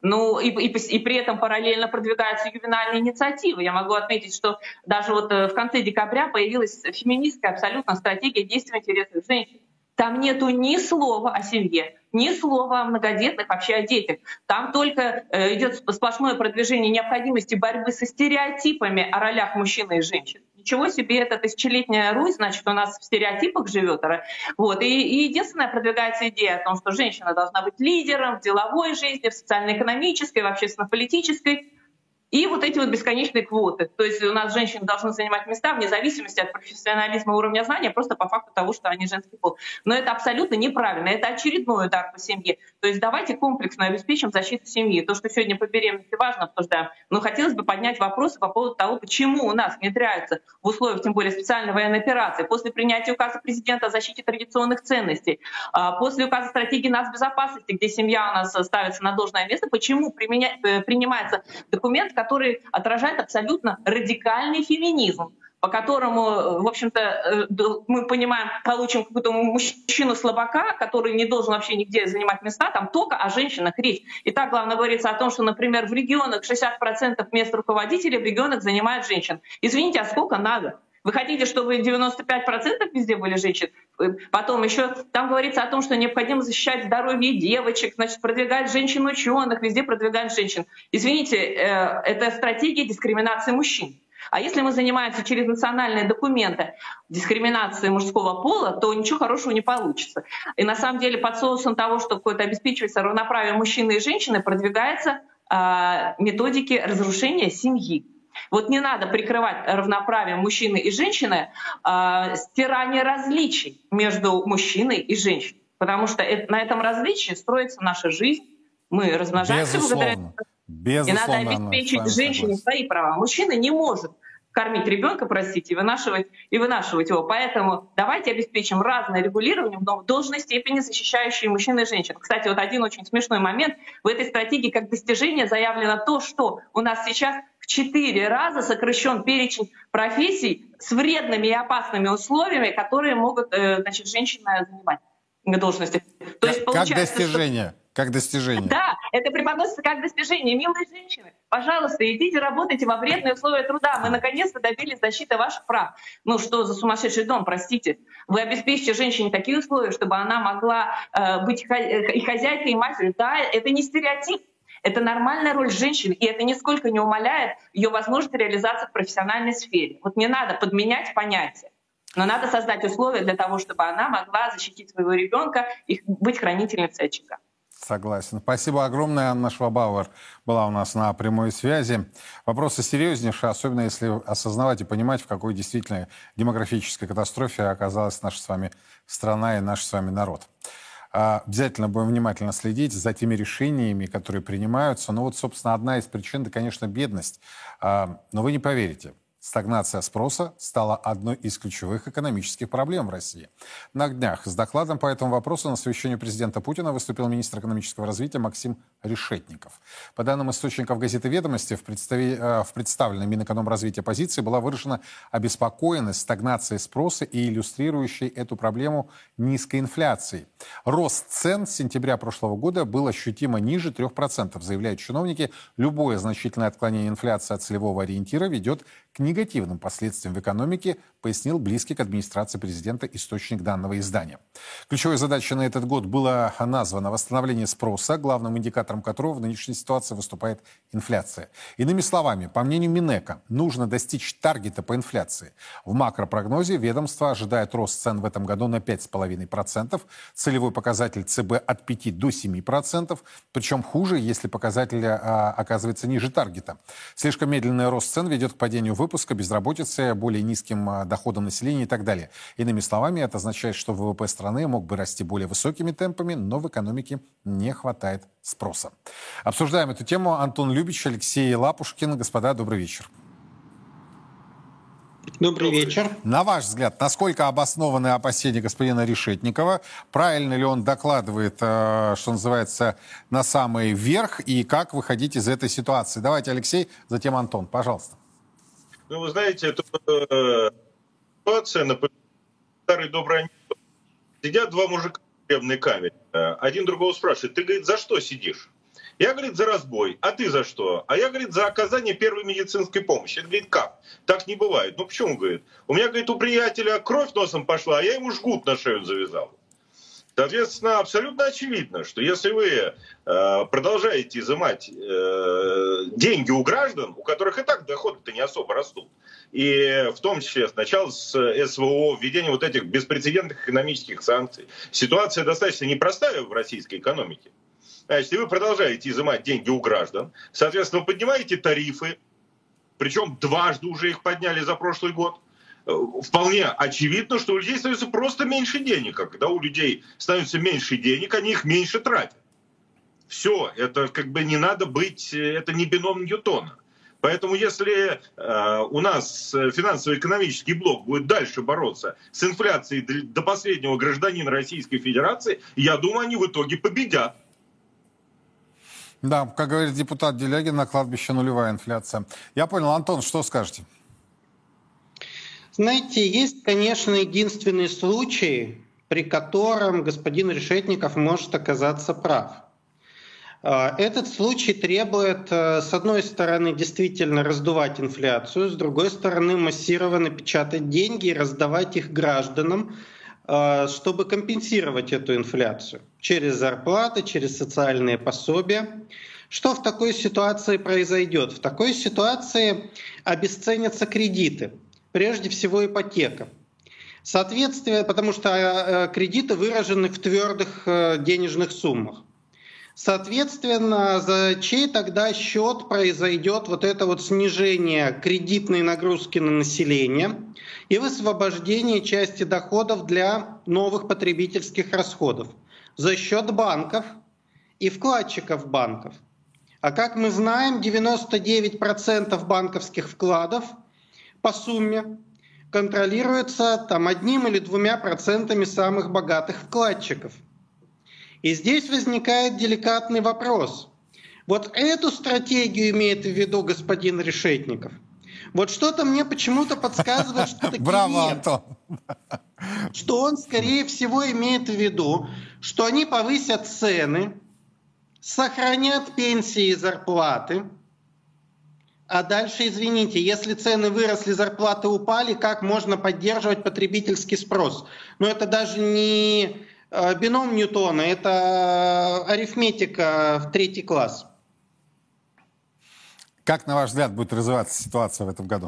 И при этом параллельно продвигаются ювенальные инициативы. Я могу отметить, что даже вот в конце декабря появилась феминистская абсолютно стратегия действия в интересах женщин. Там нету ни слова о семье, ни слова о многодетных, вообще о детях. Там только идет сплошное продвижение необходимости борьбы со стереотипами о ролях мужчины и женщин. Ничего себе, это тысячелетняя Русь, значит, у нас в стереотипах живет. Вот. И единственная продвигается идея о том, что женщина должна быть лидером в деловой жизни, в социально-экономической, в общественно-политической. И вот эти вот бесконечные квоты. То есть у нас женщины должны занимать места вне зависимости от профессионализма и уровня знания, просто по факту того, что они женский пол. Но это абсолютно неправильно. Это очередной удар по семье. То есть давайте комплексно обеспечим защиту семьи. То, что сегодня по беременности важно, обсуждаем. Но хотелось бы поднять вопросы по поводу того, почему у нас внедряются в условиях, тем более специальной военной операции, после принятия указа президента о защите традиционных ценностей, после указа стратегии нацбезопасности, где семья у нас ставится на должное место, почему принимается документ, который отражает абсолютно радикальный феминизм, по которому, в общем-то, мы понимаем, получим какого-то мужчину-слабака, который не должен вообще нигде занимать места, там только о женщинах речь. И так главное говорится о том, что, например, в регионах 60% мест руководителей в регионах занимают женщин. Извините, а сколько надо? Вы хотите, чтобы 95% везде были женщины? Потом еще там говорится о том, что необходимо защищать здоровье девочек, значит, продвигать женщин-ученых, везде продвигать женщин. Извините, это стратегия дискриминации мужчин. А если мы занимаемся через национальные документы дискриминацией мужского пола, то ничего хорошего не получится. И на самом деле под соусом того, что какое-то обеспечивается равноправие мужчины и женщины, продвигаются методики разрушения семьи. Вот не надо прикрывать равноправие мужчины и женщины стирание различий между мужчиной и женщиной. Потому что на этом различии строится наша жизнь. Мы размножаемся благодаря этому. И надо обеспечить женщине свои права. Мужчина не может кормить ребенка, простите, и вынашивать его. Поэтому давайте обеспечим разное регулирование, но в должной степени защищающие мужчин и женщин. Кстати, вот один очень смешной момент. В этой стратегии как достижение заявлено то, что у нас сейчас в 4 раза сокращен перечень профессий с вредными и опасными условиями, которые могут, значит, женщины занимать должности. То есть, как достижение? Как достижение. Да, это преподносится как достижение. Милые женщины, пожалуйста, идите работайте во вредные условия труда. Мы наконец-то добились защиты ваших прав. Ну что за сумасшедший дом, простите. Вы обеспечите женщине такие условия, чтобы она могла быть и хозяйкой, и матерью. Да, это не стереотип. Это нормальная роль женщины, и это нисколько не умаляет ее возможность реализации в профессиональной сфере. Вот не надо подменять понятия, но надо создать условия для того, чтобы она могла защитить своего ребенка и быть хранительницей очага. Согласен. Спасибо огромное. Анна Швабауэр была у нас на прямой связи. Вопросы серьезнейшие, особенно если осознавать и понимать, в какой действительно демографической катастрофе оказалась наша с вами страна и наш с вами народ. Обязательно будем внимательно следить за теми решениями, которые принимаются. Но вот, собственно, одна из причин, это, конечно, бедность. Но вы не поверите. Стагнация спроса стала одной из ключевых экономических проблем в России. На днях с докладом по этому вопросу на совещании президента Путина выступил министр экономического развития Максим Решетников. По данным источников газеты «Ведомости», в представленной Минэкономразвития позиции была выражена обеспокоенность стагнацией спроса и иллюстрирующей эту проблему низкой инфляцией. Рост цен с сентября прошлого года был ощутимо ниже 3%, заявляют чиновники. Любое значительное отклонение инфляции от целевого ориентира ведет к негативным последствиям в экономике, пояснил близкий к администрации президента источник данного издания. Ключевой задачей на этот год было названо восстановление спроса, главным индикатором которого в нынешней ситуации выступает инфляция. Иными словами, по мнению Минэка, нужно достичь таргета по инфляции. В макропрогнозе ведомство ожидает рост цен в этом году на 5,5%, целевой показатель ЦБ от 5 до 7%, причем хуже, если показатель оказывается ниже таргета. Слишком медленный рост цен ведет к падению выпуска, безработице, более низким доходам населения и так далее. Иными словами, это означает, что ВВП страны мог бы расти более высокими темпами, но в экономике не хватает спроса. Обсуждаем эту тему. Антон Любич, Алексей Лапушкин. Господа, добрый вечер. Добрый вечер. На ваш взгляд, насколько обоснованы опасения господина Решетникова? Правильно ли он докладывает, что называется, на самый верх? И как выходить из этой ситуации? Давайте, Алексей, затем Антон. Пожалуйста. Ну, вы знаете, это ситуация напоминает старый добрый анекдот. Сидят два мужика в тюремной камере. Один другого спрашивает: ты, говорит, за что сидишь? Я, говорит, за разбой. А ты за что? А я, говорит, за оказание первой медицинской помощи. Это, говорит, как? Так не бывает. Ну, почему, говорит? У меня, говорит, у приятеля кровь носом пошла, а я ему жгут на шею завязал. Соответственно, абсолютно очевидно, что если вы продолжаете изымать деньги у граждан, у которых и так доходы-то не особо растут, и в том числе сначала с СВО, введение вот этих беспрецедентных экономических санкций, ситуация достаточно непростая в российской экономике. Значит, и вы продолжаете изымать деньги у граждан, соответственно, вы поднимаете тарифы, причем дважды уже их подняли за прошлый год. Вполне очевидно, что у людей становится просто меньше денег. А когда у людей становится меньше денег, они их меньше тратят. Все, это как бы не надо быть, это не бином Ньютона. Поэтому если у нас финансово-экономический блок будет дальше бороться с инфляцией до последнего гражданина Российской Федерации, я думаю, они в итоге победят. Да, как говорит депутат Делягин, на кладбище нулевая инфляция. Я понял. Антон, что скажете? Знаете, есть, конечно, единственный случай, при котором господин Решетников может оказаться прав. Этот случай требует, с одной стороны, действительно раздувать инфляцию, с другой стороны, массированно печатать деньги и раздавать их гражданам, чтобы компенсировать эту инфляцию через зарплаты, через социальные пособия. Что в такой ситуации произойдет? В такой ситуации обесценятся кредиты. Прежде всего ипотека. Соответственно, потому что кредиты выражены в твердых денежных суммах. Соответственно, за чей тогда счет произойдет вот это вот снижение кредитной нагрузки на население и высвобождение части доходов для новых потребительских расходов? За счет банков и вкладчиков банков. А как мы знаем, 99% банковских вкладов по сумме контролируется там 1 или 2% самых богатых вкладчиков. И здесь возникает деликатный вопрос. Вот эту стратегию имеет в виду господин Решетников. Вот что-то мне почему-то подсказывает, что таки нет. Что он, скорее всего, имеет в виду, что они повысят цены, сохранят пенсии и зарплаты. А дальше, извините, если цены выросли, зарплаты упали, как можно поддерживать потребительский спрос? Но это даже не бином Ньютона, это арифметика в 3 класс. Как, на ваш взгляд, будет развиваться ситуация в этом году?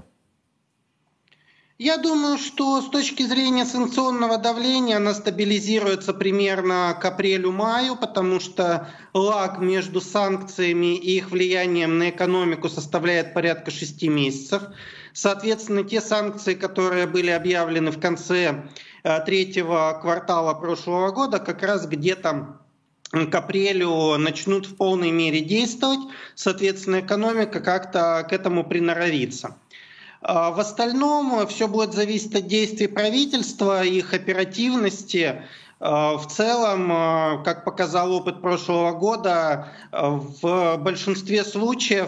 Я думаю, что с точки зрения санкционного давления она стабилизируется примерно к апрелю-маю, потому что лаг между санкциями и их влиянием на экономику составляет порядка 6 месяцев. Соответственно, те санкции, которые были объявлены в конце третьего квартала прошлого года, как раз где-то к апрелю начнут в полной мере действовать. Соответственно, экономика как-то к этому приноровится. В остальном все будет зависеть от действий правительства, их оперативности. В целом, как показал опыт прошлого года, в большинстве случаев,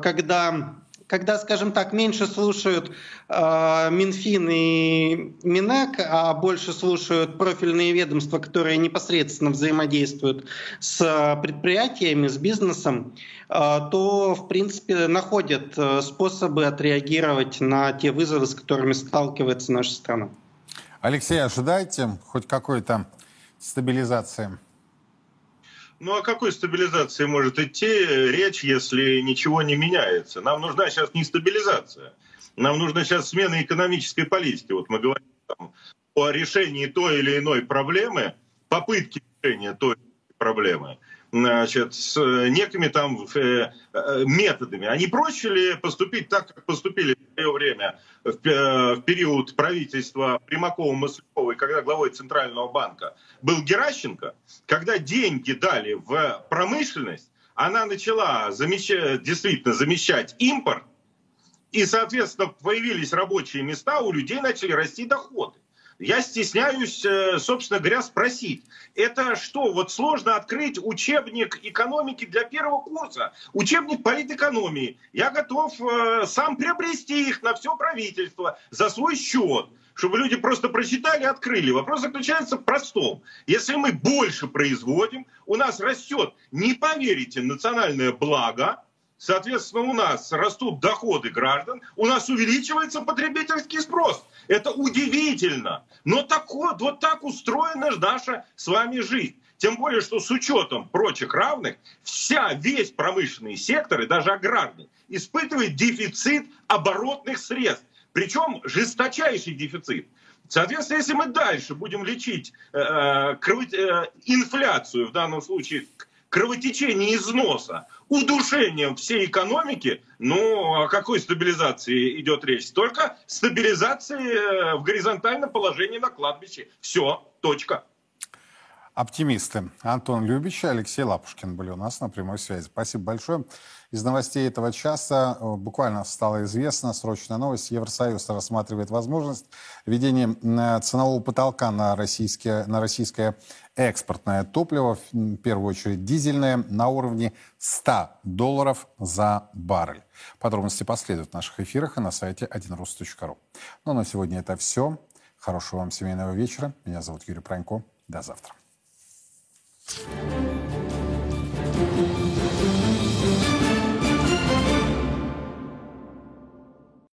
когда, скажем так, меньше слушают Минфин и Минэк, а больше слушают профильные ведомства, которые непосредственно взаимодействуют с предприятиями, с бизнесом, то, в принципе, находят способы отреагировать на те вызовы, с которыми сталкивается наша страна. Алексей, ожидаете хоть какой-то стабилизации? Ну о какой стабилизации может идти речь, если ничего не меняется? Нам нужна сейчас не стабилизация, нам нужна сейчас смена экономической политики. Вот мы говорим там о решении той или иной проблемы, попытки решения той или иной проблемы, значит, с некими там методами. А не проще ли поступить так, как поступили в свое время, в период правительства Примакова-Масляковой, когда главой Центрального банка был Геращенко, когда деньги дали в промышленность, она начала действительно замещать импорт, и, соответственно, появились рабочие места, у людей начали расти доходы. Я стесняюсь, собственно говоря, спросить, это что, вот сложно открыть учебник экономики для первого курса, учебник политэкономии. Я готов сам приобрести их на все правительство за свой счет, чтобы люди просто прочитали и открыли. Вопрос заключается в простом. Если мы больше производим, у нас растет, не поверите, национальное благо, соответственно, у нас растут доходы граждан, у нас увеличивается потребительский спрос. Это удивительно. Но вот так устроена наша с вами жизнь. Тем более, что с учетом прочих равных, весь промышленный сектор, и даже аграрный, испытывает дефицит оборотных средств. Причем жесточайший дефицит. Соответственно, если мы дальше будем лечить инфляцию, в данном случае кровотечение износа, удушением всей экономики, ну о какой стабилизации идет речь? Только стабилизации в горизонтальном положении на кладбище. Все, точка. Оптимисты. Антон Любич и Алексей Лапушкин были у нас на прямой связи. Спасибо большое. Из новостей этого часа буквально стало известно, срочная новость, Евросоюз рассматривает возможность введения ценового потолка на российское экспортное топливо, в первую очередь дизельное, на уровне $100 за баррель. Подробности последуют в наших эфирах и на сайте 1rus.ru. Ну, на сегодня это все. Хорошего вам семейного вечера. Меня зовут Юрий Пронько. До завтра.